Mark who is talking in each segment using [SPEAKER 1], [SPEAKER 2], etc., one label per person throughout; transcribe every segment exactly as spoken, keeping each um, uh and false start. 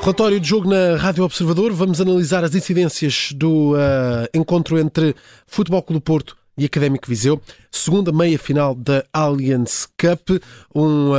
[SPEAKER 1] Relatório de jogo na Rádio Observador. Vamos analisar as incidências do uh, encontro entre Futebol Clube do Porto e Académico Viseu. Segunda meia-final da Allianz Cup. Um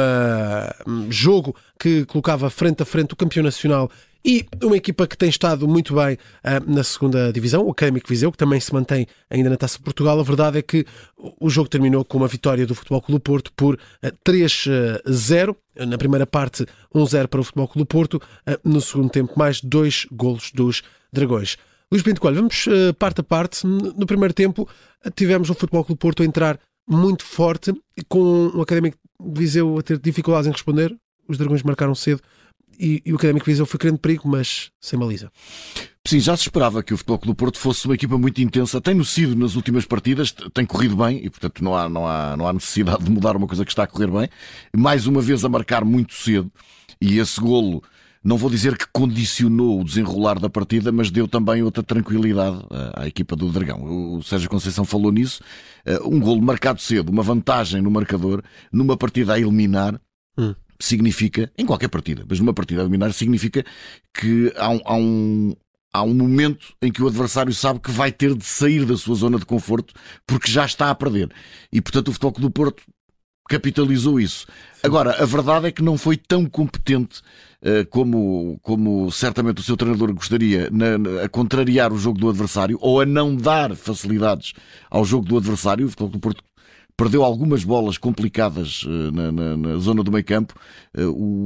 [SPEAKER 1] uh, jogo que colocava frente a frente o campeão nacional e uma equipa que tem estado muito bem uh, na segunda divisão, o Académico Viseu, que também se mantém ainda na Taça de Portugal. A verdade é que o jogo terminou com uma vitória do Futebol Clube do Porto por uh, três a zero. Na primeira parte, um a zero para o Futebol Clube do Porto. Uh, no segundo tempo, mais dois golos dos Dragões. Luís Pinto Coelho, vamos uh, parte a parte. No primeiro tempo, uh, tivemos o Futebol Clube do Porto a entrar muito forte, com o Académico Viseu a ter dificuldades em responder. Os Dragões marcaram cedo e, e o Académico Viseu foi criando perigo, mas sem baliza.
[SPEAKER 2] Sim, já se esperava que o Futebol Clube do Porto fosse uma equipa muito intensa. Tem-no sido nas últimas partidas, tem corrido bem e, portanto, não há, não, há, não há necessidade de mudar uma coisa que está a correr bem. Mais uma vez a marcar muito cedo, e esse golo, não vou dizer que condicionou o desenrolar da partida, mas deu também outra tranquilidade à equipa do Dragão. O Sérgio Conceição falou nisso. Um golo marcado cedo, uma vantagem no marcador, numa partida a eliminar, hum. significa, em qualquer partida, mas numa partida a eliminar, significa que há um... Há um Há um momento em que o adversário sabe que vai ter de sair da sua zona de conforto porque já está a perder. E, portanto, o Futebol Clube do Porto capitalizou isso. Agora, a verdade é que não foi tão competente uh, como, como certamente o seu treinador gostaria na, na, a contrariar o jogo do adversário ou a não dar facilidades ao jogo do adversário. O Futebol Clube do Porto perdeu algumas bolas complicadas uh, na, na, na zona do meio campo. Uh,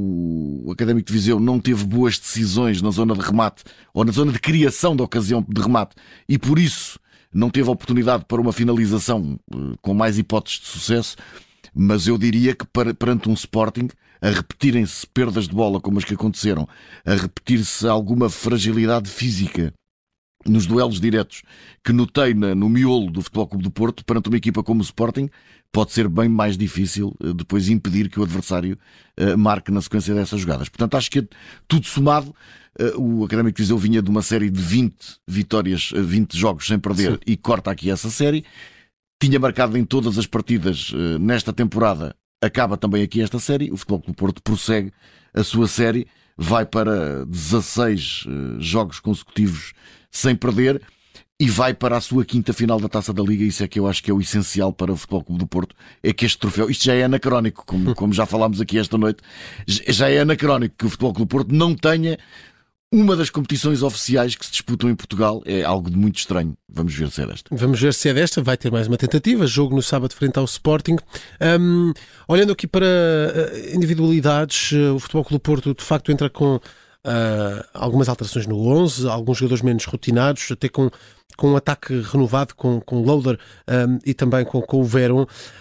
[SPEAKER 2] o, o Académico de Viseu não teve boas decisões na zona de remate ou na zona de criação da ocasião de remate e por isso não teve oportunidade para uma finalização uh, com mais hipóteses de sucesso. Mas eu diria que para, perante um Sporting, a repetirem-se perdas de bola como as que aconteceram, a repetir-se alguma fragilidade física nos duelos diretos que notei na, no miolo do Futebol Clube do Porto, perante uma equipa como o Sporting, pode ser bem mais difícil uh, depois impedir que o adversário uh, marque na sequência dessas jogadas. Portanto, acho que tudo somado, uh, o Académico de Viseu vinha de uma série de vinte vitórias, uh, vinte jogos sem perder. Sim. E corta aqui essa série. Tinha marcado em todas as partidas uh, nesta temporada, acaba também aqui esta série. O Futebol Clube do Porto prossegue a sua série, vai para dezasseis uh, jogos consecutivos sem perder e vai para a sua quinta final da Taça da Liga. Isso é que eu acho que é o essencial para o Futebol Clube do Porto, é que este troféu, isto já é anacrónico, como, como já falámos aqui esta noite, já é anacrónico que o Futebol Clube do Porto não tenha uma das competições oficiais que se disputam em Portugal. É algo de muito estranho. Vamos ver se é desta. Vamos ver se é desta.
[SPEAKER 1] Vai ter mais uma tentativa. Jogo no sábado frente ao Sporting. Um, olhando aqui para individualidades, o Futebol Clube do Porto de facto entra com Uh, algumas alterações no onze, alguns jogadores menos rotinados, até com, com um ataque renovado com, com o Loader um, e também com, com o Verón.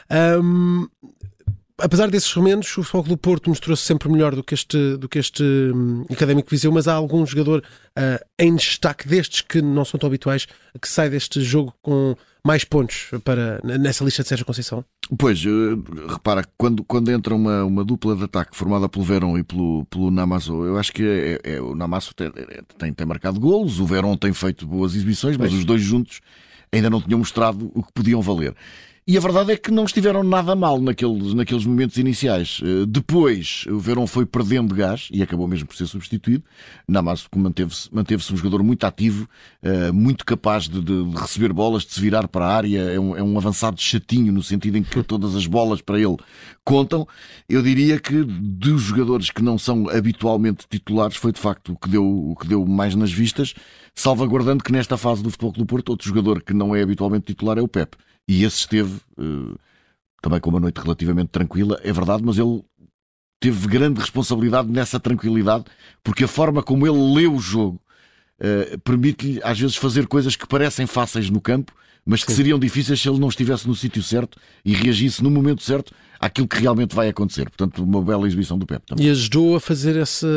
[SPEAKER 1] Um, apesar desses remendos, o Futebol Clube do Porto mostrou-se sempre melhor do que este, do que este um, Académico Viseu, mas há algum jogador uh, em destaque destes que não são tão habituais, que sai deste jogo com mais pontos para, nessa lista de Sérgio Conceição?
[SPEAKER 2] Pois, repara, quando, quando entra uma, uma dupla de ataque formada pelo Verón e pelo, pelo Namazo, eu acho que é, é, o Namazo tem, tem, tem marcado golos, o Verón tem feito boas exibições, mas pois. Os dois juntos ainda não tinham mostrado o que podiam valer. E a verdade é que não estiveram nada mal naqueles, naqueles momentos iniciais. Depois, o Verón foi perdendo gás e acabou mesmo por ser substituído. Namazo manteve-se, manteve-se um jogador muito ativo, muito capaz de, de receber bolas, de se virar para a área. É um, é um avançado chatinho, no sentido em que todas as bolas para ele contam. Eu diria que dos jogadores que não são habitualmente titulares, foi de facto o que deu, o que deu mais nas vistas, salvaguardando que nesta fase do Futebol Clube do Porto, outro jogador que não é habitualmente titular é o Pepe. E esse esteve uh, também com uma noite relativamente tranquila, é verdade, mas ele teve grande responsabilidade nessa tranquilidade, porque a forma como ele lê o jogo uh, permite-lhe às vezes fazer coisas que parecem fáceis no campo, mas que Sim. seriam difíceis se ele não estivesse no sítio certo e reagisse no momento certo àquilo que realmente vai acontecer. Portanto, uma bela exibição do Pepe também.
[SPEAKER 1] E ajudou a fazer essa...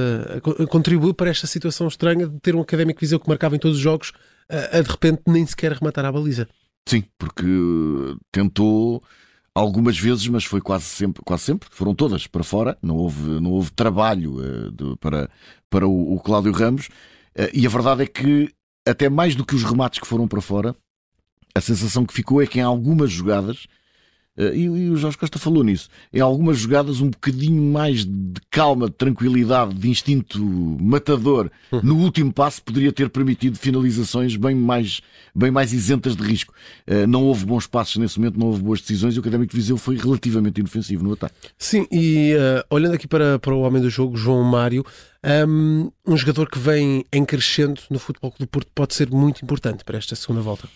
[SPEAKER 1] a contribuir para esta situação estranha de ter um Académico Viseu que marcava em todos os jogos a, a de repente nem sequer rematar a baliza.
[SPEAKER 2] Sim, porque tentou algumas vezes, mas foi quase sempre, quase sempre, foram todas para fora, não houve, não houve trabalho uh, de, para, para o, o Cláudio Ramos, uh, e a verdade é que, até mais do que os remates que foram para fora, a sensação que ficou é que em algumas jogadas e, e o Jorge Costa falou nisso, em algumas jogadas um bocadinho mais de calma, de tranquilidade, de instinto matador, uhum. no último passo poderia ter permitido finalizações bem mais, bem mais isentas de risco. Uh, não houve bons passos nesse momento, não houve boas decisões e o Académico de Viseu foi relativamente inofensivo no ataque.
[SPEAKER 1] Sim, e uh, olhando aqui para, para o homem do jogo, João Mário, um, um jogador que vem em crescendo no Futebol Clube do Porto pode ser muito importante para esta segunda volta.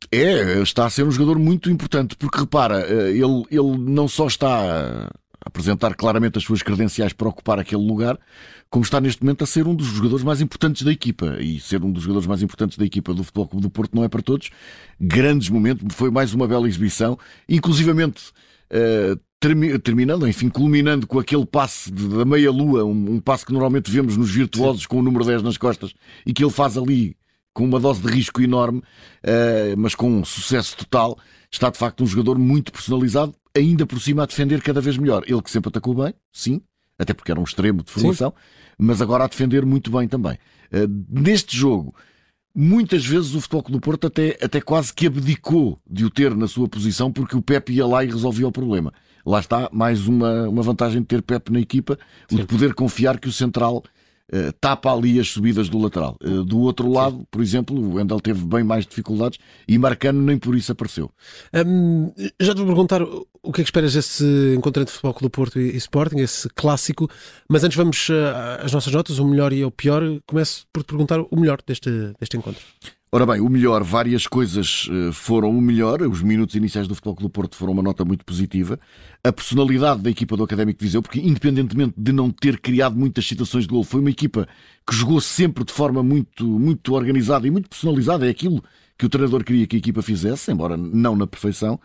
[SPEAKER 2] É, está a ser um jogador muito importante, porque repara, ele, ele não só está a apresentar claramente as suas credenciais para ocupar aquele lugar, como está neste momento a ser um dos jogadores mais importantes da equipa. E ser um dos jogadores mais importantes da equipa do Futebol Clube do Porto não é para todos. Grandes momentos, foi mais uma bela exibição, inclusivamente uh, termi- terminando, enfim, culminando com aquele passe de, da meia-lua, um, um passe que normalmente vemos nos virtuosos, sim, com o número dez nas costas, e que ele faz ali com uma dose de risco enorme, uh, mas com um sucesso total. Está de facto um jogador muito personalizado, ainda por cima a defender cada vez melhor. Ele que sempre atacou bem, sim, até porque era um extremo de formação, sim, mas agora a defender muito bem também. Uh, neste jogo, muitas vezes o Futebol Clube do Porto até, até quase que abdicou de o ter na sua posição, porque o Pepe ia lá e resolvia o problema. Lá está mais uma, uma vantagem de ter Pepe na equipa, sim, o de poder confiar que o central Uh, tapa ali as subidas do lateral. Uh, do outro lado, sim, por exemplo, o Wendel teve bem mais dificuldades e Marcano nem por isso apareceu.
[SPEAKER 1] Um, já te vou perguntar o que é que esperas desse encontro entre Futebol Clube do Porto e, e Sporting, esse clássico, mas antes vamos uh, às nossas notas, o melhor e o pior. Começo por te perguntar o melhor deste, deste encontro.
[SPEAKER 2] Ora bem, o melhor, várias coisas foram o melhor. Os minutos iniciais do Futebol Clube do Porto foram uma nota muito positiva. A personalidade da equipa do Académico de Viseu, porque independentemente de não ter criado muitas situações de golo, foi uma equipa que jogou sempre de forma muito, muito organizada e muito personalizada. É aquilo que o treinador queria que a equipa fizesse, embora não na perfeição.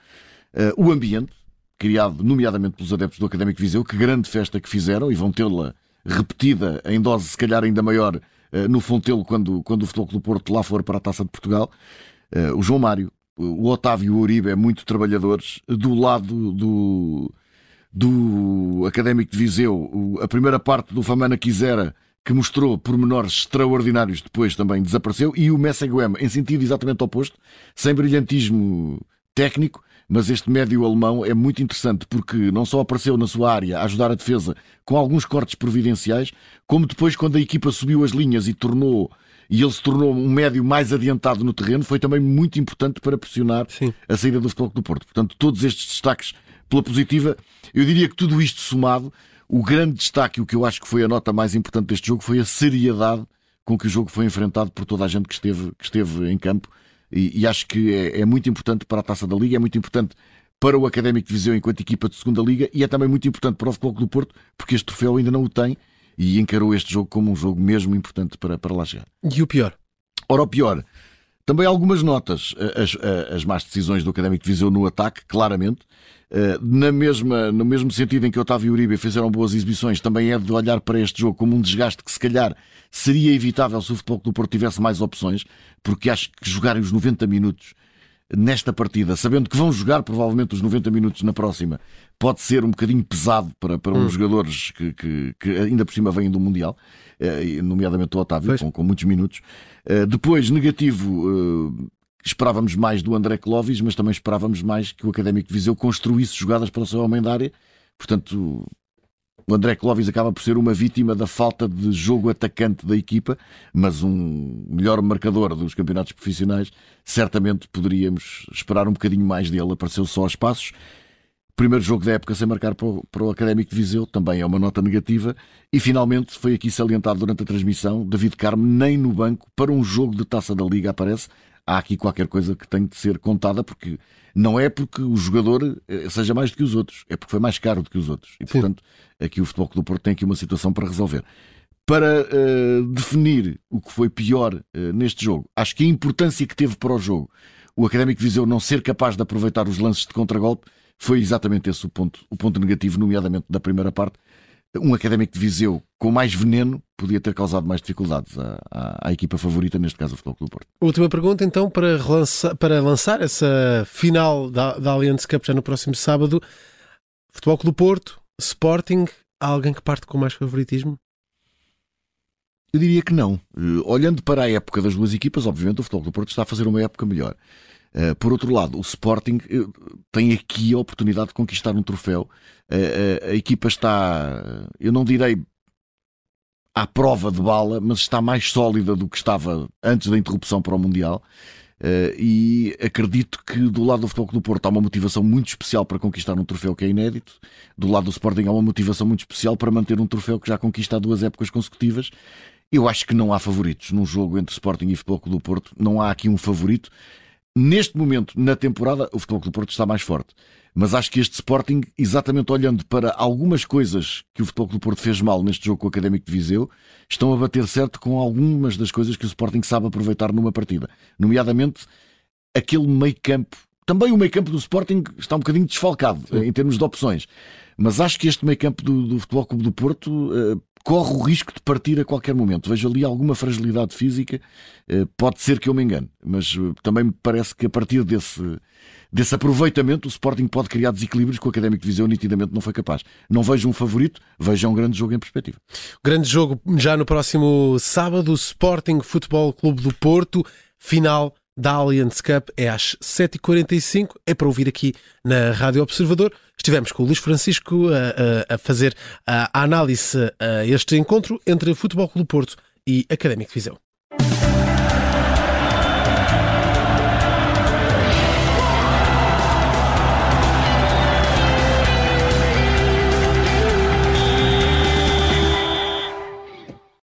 [SPEAKER 2] O ambiente, criado nomeadamente pelos adeptos do Académico de Viseu, que grande festa que fizeram, e vão tê-la repetida em dose se calhar ainda maior no Fontelo, quando, quando o Futebol Clube do Porto lá for para a Taça de Portugal. Uh, o João Mário, o Otávio e o Uribe, é muito trabalhadores. Do lado do, do Académico de Viseu, o, a primeira parte do Famana Quisera, que mostrou pormenores extraordinários, depois também desapareceu. E o Messeguem, em sentido exatamente oposto, sem brilhantismo técnico, mas este médio alemão é muito interessante porque não só apareceu na sua área a ajudar a defesa com alguns cortes providenciais, como depois, quando a equipa subiu as linhas e tornou e ele se tornou um médio mais adiantado no terreno, foi também muito importante para pressionar, sim, a saída do Futebol Clube do Porto. Portanto, todos estes destaques pela positiva, eu diria que tudo isto somado, o grande destaque, o que eu acho que foi a nota mais importante deste jogo, foi a seriedade com que o jogo foi enfrentado por toda a gente que esteve, que esteve em campo. E, e acho que é, é muito importante para a Taça da Liga, é muito importante para o Académico de Viseu enquanto equipa de segunda Liga, e é também muito importante para o Futebol Clube do Porto, porque este troféu ainda não o tem e encarou este jogo como um jogo mesmo importante para, para lá chegar.
[SPEAKER 1] E o pior?
[SPEAKER 2] Ora, o pior, também algumas notas. As, as, as más decisões do Académico de Viseu no ataque, claramente. Na mesma, no mesmo sentido em que Otávio e Uribe fizeram boas exibições, também é de olhar para este jogo como um desgaste que se calhar seria evitável se o Futebol Clube do Porto tivesse mais opções, porque acho que jogarem os noventa minutos nesta partida, sabendo que vão jogar provavelmente os noventa minutos na próxima, pode ser um bocadinho pesado para, para hum. uns jogadores que, que, que ainda por cima vêm do Mundial, nomeadamente o Otávio, com, com muitos minutos. Depois, negativo, esperávamos mais do André Clovis, mas também esperávamos mais que o Académico de Viseu construísse jogadas para o seu homem da área. Portanto, o André Clovis acaba por ser uma vítima da falta de jogo atacante da equipa, mas um melhor marcador dos campeonatos profissionais, certamente poderíamos esperar um bocadinho mais dele. Apareceu só aos passos. Primeiro jogo da época sem marcar para o, para o Académico de Viseu, também é uma nota negativa. E finalmente foi aqui salientado durante a transmissão, David Carmo nem no banco para um jogo de Taça da Liga aparece. Há aqui qualquer coisa que tem de ser contada, porque não é porque o jogador seja mais do que os outros, é porque foi mais caro do que os outros. E, portanto, sim, aqui o Futebol Clube do Porto tem aqui uma situação para resolver. Para uh, definir o que foi pior uh, neste jogo, acho que a importância que teve para o jogo, o Académico de Viseu não ser capaz de aproveitar os lances de contragolpe, foi exatamente esse o ponto, o ponto negativo, nomeadamente da primeira parte. Um Académico de Viseu com mais veneno podia ter causado mais dificuldades à, à, à equipa favorita, neste caso o Futebol Clube do Porto.
[SPEAKER 1] Última pergunta então, para, relançar, para lançar essa final da, da Allianz Cup já no próximo sábado. Futebol Clube do Porto, Sporting, há alguém que parte com mais favoritismo?
[SPEAKER 2] Eu diria que não. Uh, olhando para a época das duas equipas, obviamente o Futebol Clube do Porto está a fazer uma época melhor. Uh, por outro lado, o Sporting uh, tem aqui a oportunidade de conquistar um troféu. Uh, uh, a equipa está, uh, eu não direi à prova de bala, mas está mais sólida do que estava antes da interrupção para o Mundial. Uh, e acredito que do lado do Futebol Clube do Porto há uma motivação muito especial para conquistar um troféu que é inédito. Do lado do Sporting há uma motivação muito especial para manter um troféu que já conquista há duas épocas consecutivas. Eu acho que não há favoritos num jogo entre Sporting e Futebol Clube do Porto. Não há aqui um favorito. Neste momento, na temporada, o Futebol Clube do Porto está mais forte. Mas acho que este Sporting, exatamente olhando para algumas coisas que o Futebol Clube do Porto fez mal neste jogo com o Académico de Viseu, estão a bater certo com algumas das coisas que o Sporting sabe aproveitar numa partida. Nomeadamente, aquele meio campo. Também o meio campo do Sporting está um bocadinho desfalcado, Sim. em termos de opções. Mas acho que este meio campo do, do Futebol Clube do Porto uh, corre o risco de partir a qualquer momento. Vejo ali alguma fragilidade física. Uh, pode ser que eu me engane. Mas uh, também me parece que a partir desse, desse aproveitamento o Sporting pode criar desequilíbrios que o Académico de Viseu nitidamente não foi capaz. Não vejo um favorito, vejo um grande jogo em perspectiva.
[SPEAKER 1] Grande jogo já no próximo sábado. Sporting Futebol Clube do Porto. Final da Allianz Cup é às sete e quarenta e cinco, é para ouvir aqui na Rádio Observador. Estivemos com o Luís Francisco a, a, a fazer a, a análise a este encontro entre Futebol Clube do Porto e Académico de Viseu.